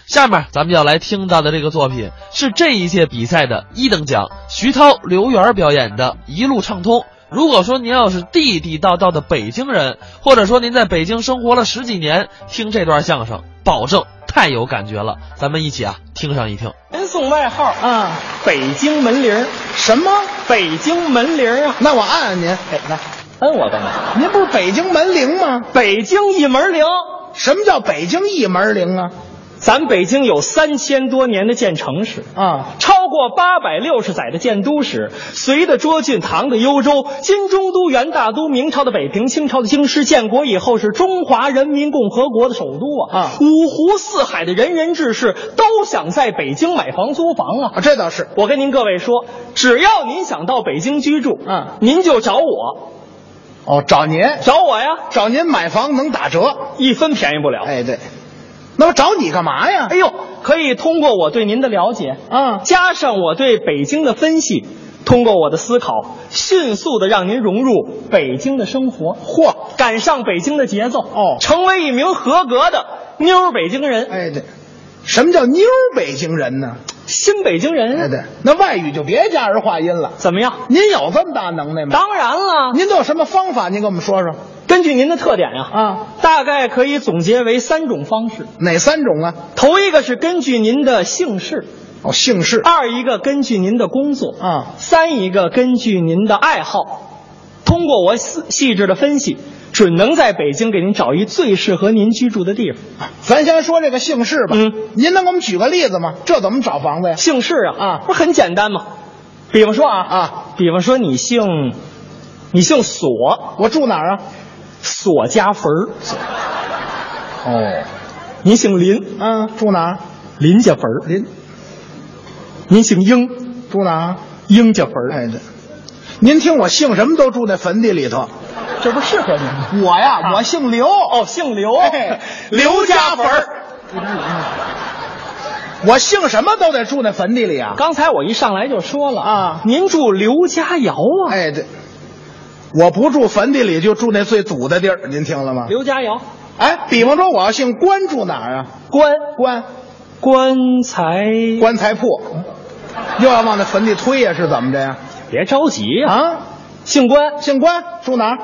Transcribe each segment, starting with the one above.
下面咱们要来听到的这个作品是这一届比赛的1等奖，徐涛、刘源表演的《一路畅通》。如果说您要是地地道道的北京人，或者说您在北京生活了10几年，听这段相声保证太有感觉了。咱们一起听上一听。 人送外号北京门铃。 什么？ 北京门铃啊？ 那我按按您。 来，摁我干嘛？ 您不是北京门铃吗？ 北京一门铃。 什么叫北京一门铃啊？ 咱北京有3000多年的建城史超过860载的建都史，隋的涿郡，唐的幽州，金中都，元大都，明朝的北平，清朝的京师，建国以后是中华人民共和国的首都五湖四海的仁人志士都想在北京买房租房这倒是。 我跟您各位说，只要您想到北京居住您就找我。 找您？ 找我呀？ 找您买房能打折 ，1分便宜不了。 哎，对。那么找你干嘛呀？ 哎呦，可以通过我对您的了解加上我对北京的分析，通过我的思考，迅速的让您融入北京的生活，赶上北京的节奏成为一名合格的妞北京人。 哎，对。什么叫妞北京人呢？ 新北京人。 对对，那外语就别加儿化音了。 怎么样？ 您有这么大能耐吗？ 当然了。 您都有什么方法？您跟我们说说。 根据您的特点大概可以总结为3种方式。 哪3种啊？ 头一个是根据您的姓氏。 姓氏。 2一个根据您的工作3一个根据您的爱好。通过我细致的分析，准能在北京给您找一最适合您居住的地方。 咱先说这个姓氏吧。您能给我们举个例子吗？这怎么找房子呀？ 姓氏不是很简单吗？比方说比方说你姓索， 我住哪儿索家坟您姓林住哪儿？ 林家坟林。 您姓英， 住哪儿？ 英家坟哎，对。您听我姓什么都住在坟地里头， 这不适合您。 我呀，我姓刘。 姓刘。 刘家坟我姓什么都得住在坟地里刚才我一上来就说了您住刘家窑哎，对。我不住坟地里，就住那最堵的地儿，您听了吗？ 刘家窑。 哎，比方说我要姓关，住哪儿棺材铺。又要往那坟地推呀，是怎么着呀？ 别着急姓关住哪儿？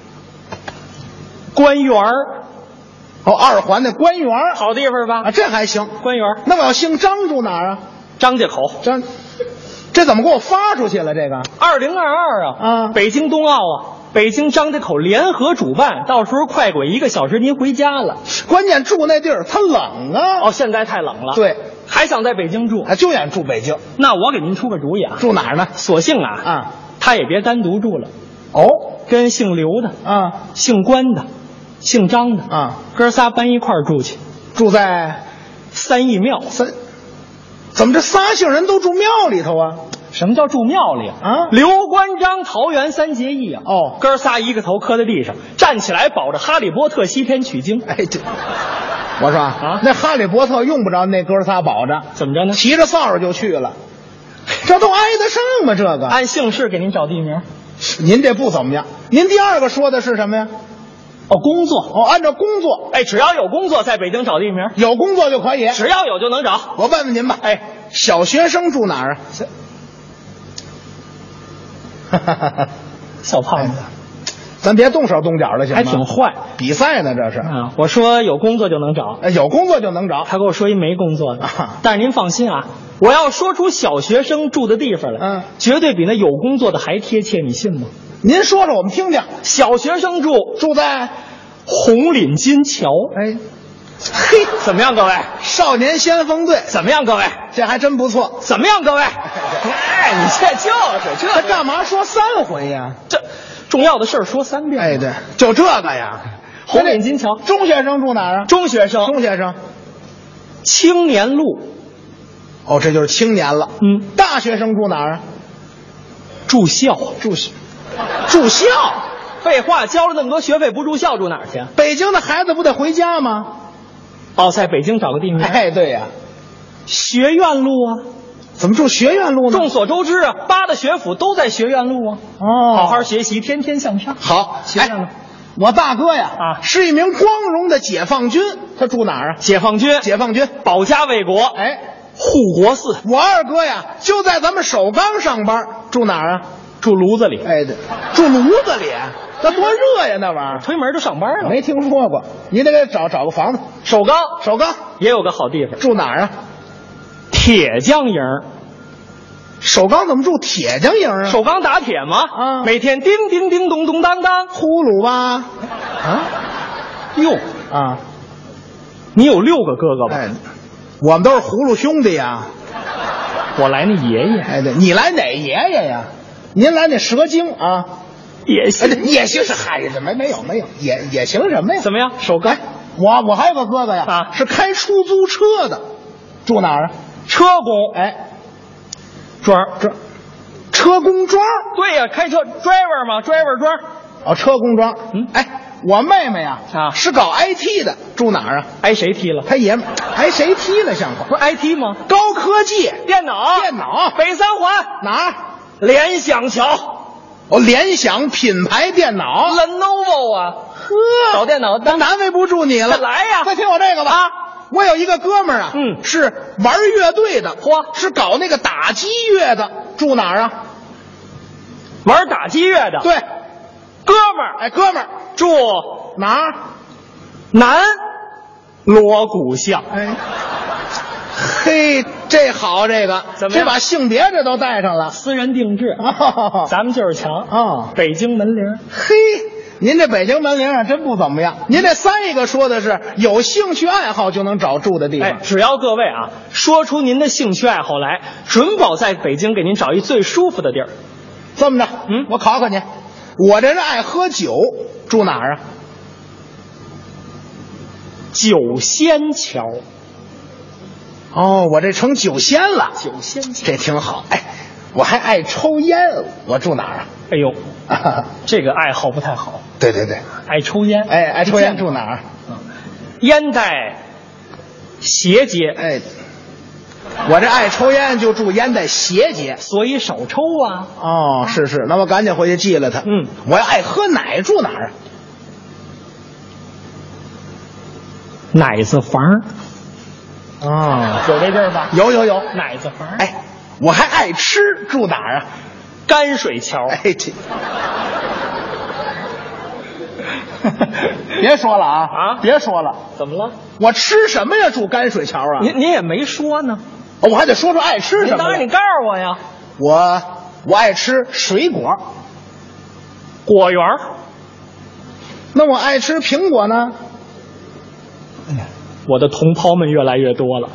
官园 2环那官园好地方吧？ 这还行。 官园。 那我要姓张，住哪儿张家口。 这怎么给我发出去了？这个 2022北京冬奥北京张家口联合主办，到时候快轨1个小时您回家了。 关键住那地儿它冷现在太冷了。 对， 还想在北京住就想住北京。 那我给您出个主意住哪儿呢？ 索性他也别单独住了跟姓刘的姓关的姓张的哥仨搬一块儿住去。 住在 3义庙。 怎么这仨姓人都住庙里头什么叫住庙里刘关张桃园3结义哥仨一个头磕在地上，站起来保着哈利波特西天取经。 哎，这我说那哈利波特用不着那哥仨保着， 怎么着呢？ 骑着扫帚就去了，这都挨得上吗？这个按姓氏给您找地名。 您这不怎么样。您第2个说的是什么呀？ 工作按照工作只要有工作在北京找地名， 有工作就可以， 只要有就能找。 我问问您吧小学生住哪儿小胖子咱别动手动脚了行吗？ 还挺坏。 比赛呢这是我说有工作就能找有工作就能找。 他跟我说一没工作的但是您放心我要说出小学生住的地方来绝对比那有工作的还贴切，你信吗？ 您说说我们听听。 小学生住在红领巾桥。 嘿， 怎么样各位？ 少年先锋队怎么样各位？ 这还真不错。 怎么样各位？你这就是这干嘛说3回呀？ 这重要的事儿说3遍。 对，就这个呀。 红领巾桥。 中学生住哪儿中学生青年路。 这就是青年了。大学生住哪儿住校。 住校？ 废话，交了那么多学费不住校住哪儿去？ 北京的孩子不得回家吗？ 在北京找个地名。 对呀。 学院路怎么住学院路呢？ 众所周知8大学府都在学院路好好学习，天天向上。 好， 学院路。 我大哥呀，是一名光荣的解放军，他住哪儿啊？ 解放军，保家卫国，护国寺。 我二哥呀，就在咱们首钢上班，住哪儿啊？ 住炉子里。 对，住炉子里，那多热呀，那玩意儿。 推门就上班了。 没听说过，你得给找个房子。 首钢也有个好地方， 住哪儿啊？ 铁匠营。 首钢怎么住铁匠营啊？ 首钢打铁吗？每天叮叮叮咚咚当当， 呼噜吧。 哟你有6个哥哥吧？ 我们都是葫芦兄弟呀。 我来那爷爷。 对，你来哪爷爷呀？您来那蛇精啊？ 也行， 也行是嗨什么？没有，也行什么呀？ 怎么样？首钢， 我还有个哥哥呀，是开出租车的，住哪儿啊？ 车工。庄， 车工庄。 对呀，开车 driver 嘛 ，driver 庄。 车工庄。我妹妹呀，是搞 IT 的，住哪儿啊？ 挨谁踢了？ 他爷们挨谁踢了？像话？ 不是 IT 吗？ 高科技， 电脑，北三环哪儿？ 联想桥。 联想品牌电脑 ，Lenovo 啊。搞电脑， 那难为不住你了。 来呀， 再听我这个吧。我有一个哥们儿啊，是玩乐队的，是搞那个打击乐的，住哪儿啊？ 玩打击乐的， 对， 哥们儿，住哪儿？ 南锣鼓巷。 嘿，这好，这个怎么样？ 这把性别这都带上了， 私人定制，咱们就是强北京门铃。 嘿。您这北京门铃啊，真不怎么样。您这3个说的是有兴趣爱好就能找住的地方。 只要各位说出您的兴趣爱好来，准保在北京给您找一最舒服的地儿。 这么着，我考考你，我这人爱喝酒，住哪儿啊？ 酒仙桥。 我这成酒仙了。 酒仙桥， 这挺好。我还爱抽烟，我住哪儿啊？ 哎呦，这个爱好不太好。 对， 爱抽烟。 爱抽烟住哪儿？ 烟袋斜街。 我这爱抽烟就住烟袋斜街， 所以少抽啊。 是，那我赶紧回去记了它。我要爱喝奶，住哪儿啊？ 奶子房。有这地儿吧？ 有奶子房。 我还爱吃，住哪儿啊？ 泔水桥。 别说了啊！别说了， 怎么了？ 我吃什么呀？住泔水桥啊？ 您也没说呢。 我还得说爱吃什么？ 当然你告诉我呀。 我爱吃水果， 果园。 那我爱吃苹果呢？ 我的同胞们越来越多了。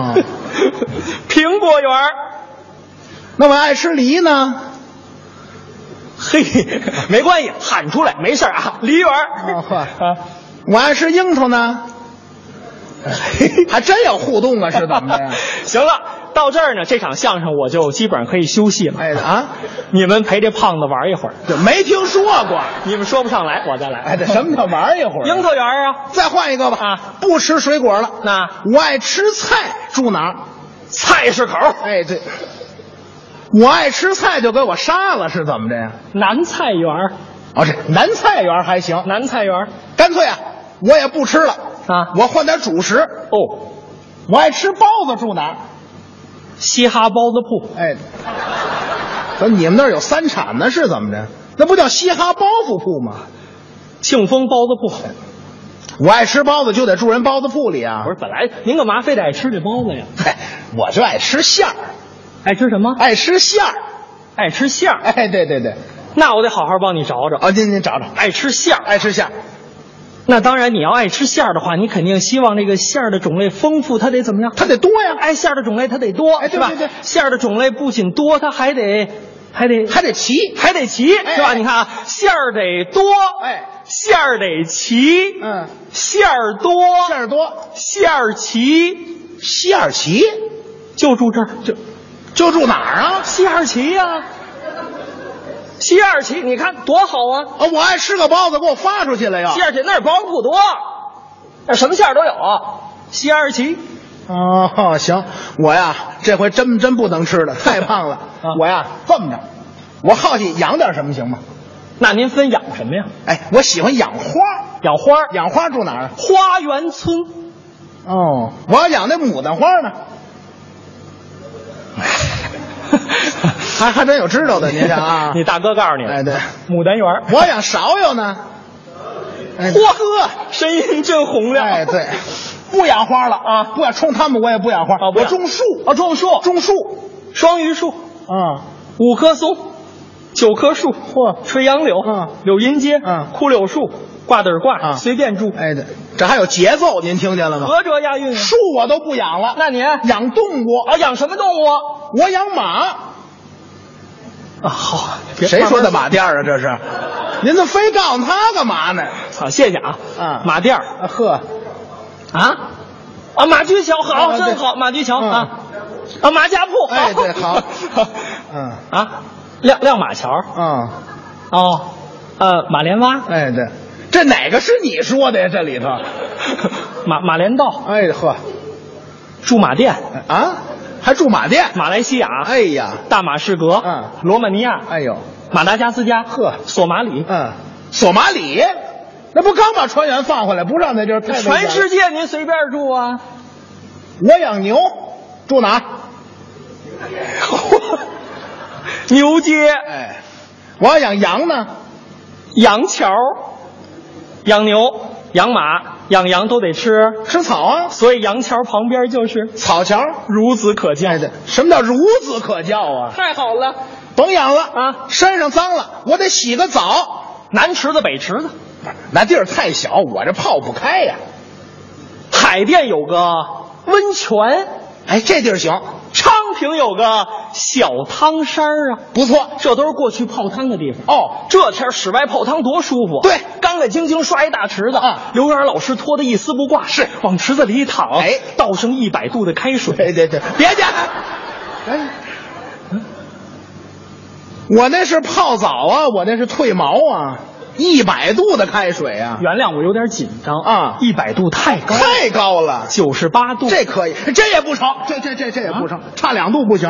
苹果园。 那我爱吃梨呢？ 嘿，没关系，喊出来没事梨园。 我爱吃樱桃呢？还真有互动啊，是怎么的呀？ 行了，到这儿呢，这场相声我就基本上可以休息了。你们陪这胖子玩一会儿。 没听说过， 你们说不上来，我再来。 这什么叫玩一会儿？ 樱桃园再换一个吧。不吃水果了。我爱吃菜，住哪儿？ 菜市口。 对。我爱吃菜就给我杀了，是怎么着呀？ 南菜园。 这南菜园还行。 南菜园， 干脆我也不吃了我换点主食。我爱吃包子，住哪儿？ 嘻哈包子铺。 怎么你们那儿有3产呢？是怎么着？那不叫嘻哈包子铺吗？ 庆丰包子铺。 我爱吃包子就得住人包子铺里啊。 不是，本来您干嘛非得爱吃这包子呀？ 我就爱吃馅儿。 爱吃什么？ 爱吃馅儿。 爱吃馅儿。 对。 那我得好好帮你找找。 您找找。 爱吃馅儿。 爱吃馅儿。 那当然，你要爱吃馅儿的话，你肯定希望这个馅儿的种类丰富，它得怎么样？ 它得多呀。 馅儿的种类它得多，是吧？ 对。 馅儿的种类不仅多，它还得齐， 是吧？你看馅儿得多，馅儿得齐，馅儿多，馅儿齐，就住这儿， 就住哪儿啊？ 馅儿齐呀。西二旗，你看多好啊！ 我爱吃个包子，给我发出去了呀！ 西二旗那儿包子铺多，那什么馅儿都有。西二旗， 行，我呀这回真不能吃了，太胖了。我呀这么着，我好奇养点什么行吗？ 那您分养什么呀？ 哎，我喜欢养花。 养花？ 养花住哪儿？ 花园村。 哦，我要养那牡丹花呢。还真有知道的，您看啊。 你大哥告诉你了。 哎，对， 牡丹园。 我养芍药呢。 嚯呵，声音真洪亮。 哎，对，不养花了啊，不养，冲他们我也不养花。我种树啊，种树，双榆树啊 ，5棵松，9棵树， 嚯， 垂杨柳，柳荫街，枯柳树，挂对挂，随便住。 哎，对，这还有节奏，您听见了吗？ 合辙押韵。 树我都不养了， 那您养动物啊？养什么动物？ 我养马。 啊，好， 谁说的马店啊？这是，您这非告诉他干嘛呢？ 好，谢谢啊。马店呵， 马驹桥好，真好，马驹桥马家铺。 哎，对，好。 亮马桥。马连洼。 哎，对，这哪个是你说的呀？这里头， 马连道。 哎呵， 驻马店啊。还住马店， 马来西亚， 哎呀， 大马士革，罗马尼亚， 哎呦， 马达加斯加， 呵， 索马里， 索马里，那不刚把船员放回来，不让那地儿太危险了。 全世界您随便住啊。 我养牛，住哪儿？ 牛街。 哎，我要养羊呢， 羊桥，养牛。养马养羊都得吃草啊， 所以杨桥旁边就是草桥， 孺子可教。 什么叫孺子可教啊？ 太好了， 甭养了啊！山上脏了，我得洗个澡。 南池子北池子， 那地儿太小，我这泡不开呀。 海淀有个温泉， 哎，这地儿行。 昌平有个小汤山啊， 不错， 这都是过去泡汤的地方。这天室外泡汤多舒服。 对， 干干净净刷一大池子啊，刘元老师脱得一丝不挂， 是往池子里一躺，哎，倒上100度的开水。 对，别介。哎，我那是泡澡啊，我那是褪毛啊。100度的开水啊！ 原谅我有点紧张啊 ，100度太高了 ，98度， 这可以，这也不成，这也不成，差2度不行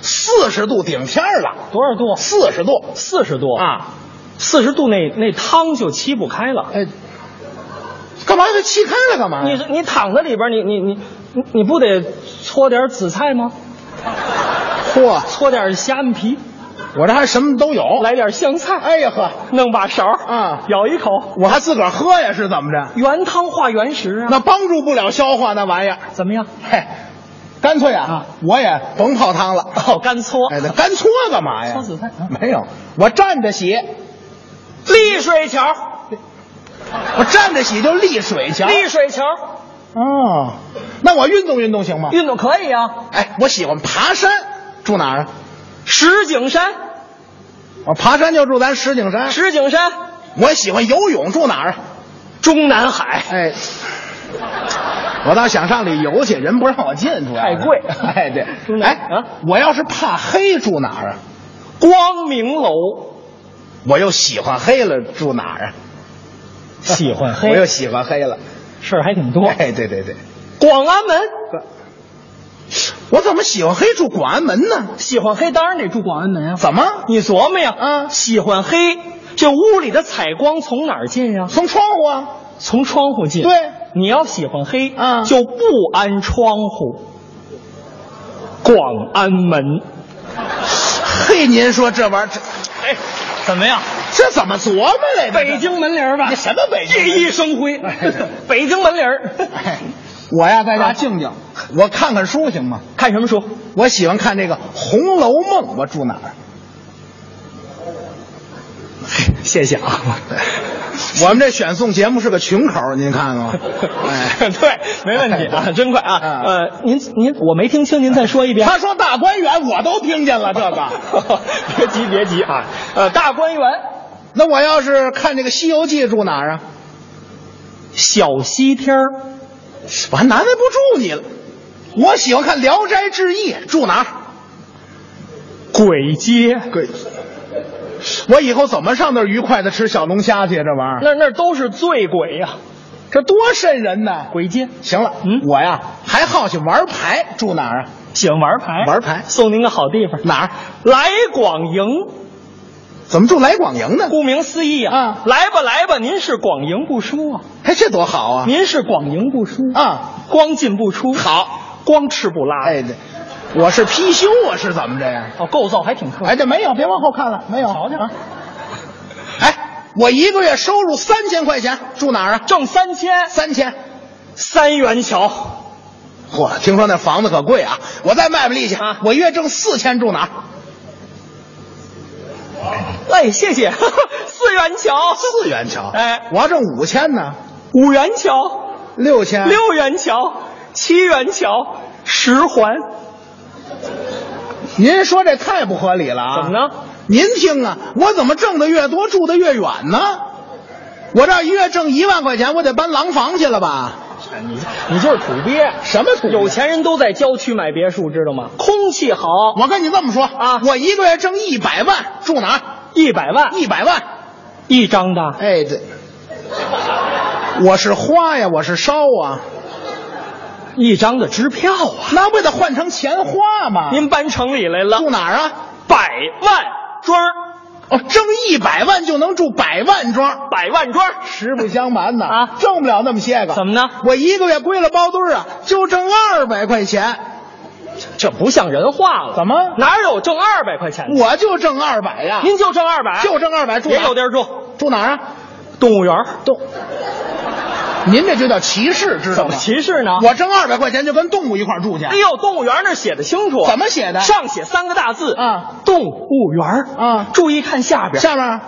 ，40度顶天了。 多少度 ？40度 ，40度啊 ，40度那汤就沏不开了。 哎，干嘛就沏开了？干嘛？ 你躺在里边，你不得搓点紫菜吗？ 嚯， 搓点虾米皮。 我这还什么都有， 来点香菜， 哎呀呵， 弄把勺啊，舀一口， 我还自个儿喝呀，是怎么着？ 原汤化原食啊， 那帮助不了消化那玩意儿， 怎么样？ 嘿，干脆我也甭泡汤了。 干搓， 哎，干搓干嘛呀？ 搓紫菜没有，我站着洗， 丽水桥， 我站着洗就丽水桥， 丽水桥。 哦，那我运动运动行吗？ 运动可以啊。 哎，我喜欢爬山，住哪儿啊？ 石景山。 我爬山就住咱石景山。 石景山。 我喜欢游泳，住哪儿啊？ 中南海。 哎，我倒想上里游去，人不让我进，主要太贵。 哎，对。我要是怕黑，住哪儿啊？ 光明楼。 我又喜欢黑了，住哪儿啊？ 喜欢黑， 我又喜欢黑了， 事儿还挺多。 哎，对， 广安门。 我怎么喜欢黑住广安门呢？ 喜欢黑当然得住广安门啊。 怎么？ 你琢磨呀。喜欢黑，这屋里的采光从哪儿进呀？ 从窗户啊。 从窗户进。 对， 你要喜欢黑就不安窗户。广安门。 嘿，您说这玩意儿， 哎，怎么样？ 这怎么琢磨来的？ 北京门铃吧？ 你什么北京？ 熠熠生辉。北京门铃。 我呀，在家静静，我看看书行吗？ 看什么书？ 我喜欢看这个《红楼梦》。我住哪儿？ 谢谢啊。 我们这选送节目是个群口，您看看吗？ 哎，对，没问题啊，真快啊。您，我没听清，您再说一遍。 他说大观园，我都听见了。这个， 别急啊。大观园。 那我要是看这个《西游记》，住哪儿啊？ 小西天儿。 我还难为不住你了。我喜欢看《聊斋志异》，住哪儿？ 簋街。 我以后怎么上那儿愉快的吃小龙虾去？这玩意儿那都是醉鬼呀， 这多瘆人呢！ 簋街。 行了，我呀还好去玩牌，住哪儿啊？ 喜欢玩牌。 玩牌， 送您个好地方。 哪儿？ 来广营。 怎么住来广营呢？ 顾名思义啊，来吧来吧，您是广营不输啊！ 哎，这多好啊！ 您是广营不输啊， 光进不出， 好， 光吃不拉。 哎，对，我是貔貅啊，是怎么着呀？ 哦，构造还挺特。 哎，这没有，别往后看了，没有。 瞧瞧啊！ 哎，我一个月收入3000块钱，住哪儿啊？ 挣3000，三元桥。 嚯，听说那房子可贵啊！我再卖卖力气啊！我月挣4000，住哪儿？ 哎，谢谢。4元桥 ，4元桥。 哎， 我要挣5000呢。 5元桥 ，6000。 6元桥，7元桥，10环。 您说这太不合理了啊！ 怎么呢？ 您听啊，我怎么挣的越多，住的越远呢？我这一月挣1万块钱，我得搬廊坊去了吧？ 你就是土鳖。 什么土鳖？ 有钱人都在郊区买别墅，知道吗？空气好。 我跟你这么说啊， 我一个月挣100万，住哪儿 ？100万 ，100万， 一张的。 哎，对，我是花呀，我是烧啊， 一张的支票啊， 那不得换成钱花吗？ 您搬城里来了， 住哪儿啊 ？100万庄。 哦，挣100万就能住100万庄 ，100万庄， 实不相瞒呐啊， 挣不了那么些个。 怎么呢？ 我一个月归了包堆啊，就挣200块钱， 这不像人话了。 怎么？ 哪有挣200块钱的？ 我就挣200呀。 您就挣200？ 就挣200，住也有地儿住。 住哪儿啊？ 动物园。 您这就叫歧视，知道吗？ 怎么歧视呢？ 我挣200块钱就跟动物一块住去。 哎呦，动物园那写的清楚。 怎么写的？ 上写3个大字啊， 动物园啊。 注意看下边， 下边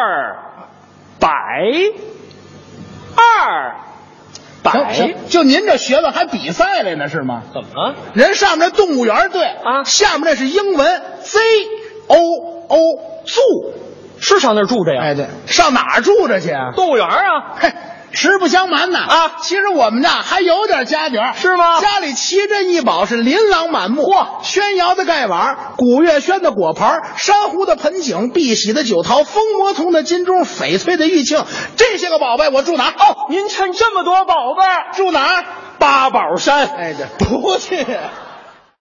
200。 就您这学问还比赛来呢是吗？ 怎么了？ 人上面那动物园对啊， 下面那是英文 ZOO 住， 是上那儿住着呀？ 哎，对，上哪儿住着去啊？ 动物园啊。 嘿，实不相瞒呐啊， 其实我们家还有点家底儿， 是吗？ 家里奇珍异宝是琳琅满目， 嚯， 宣窑的盖碗，古月轩的果盘，珊瑚的盆景，碧玺的酒桃，风魔铜的金钟，翡翠的玉磬，这些个宝贝我住哪儿？ 哦，您趁这么多宝贝住哪儿？ 八宝山。 哎，这不去。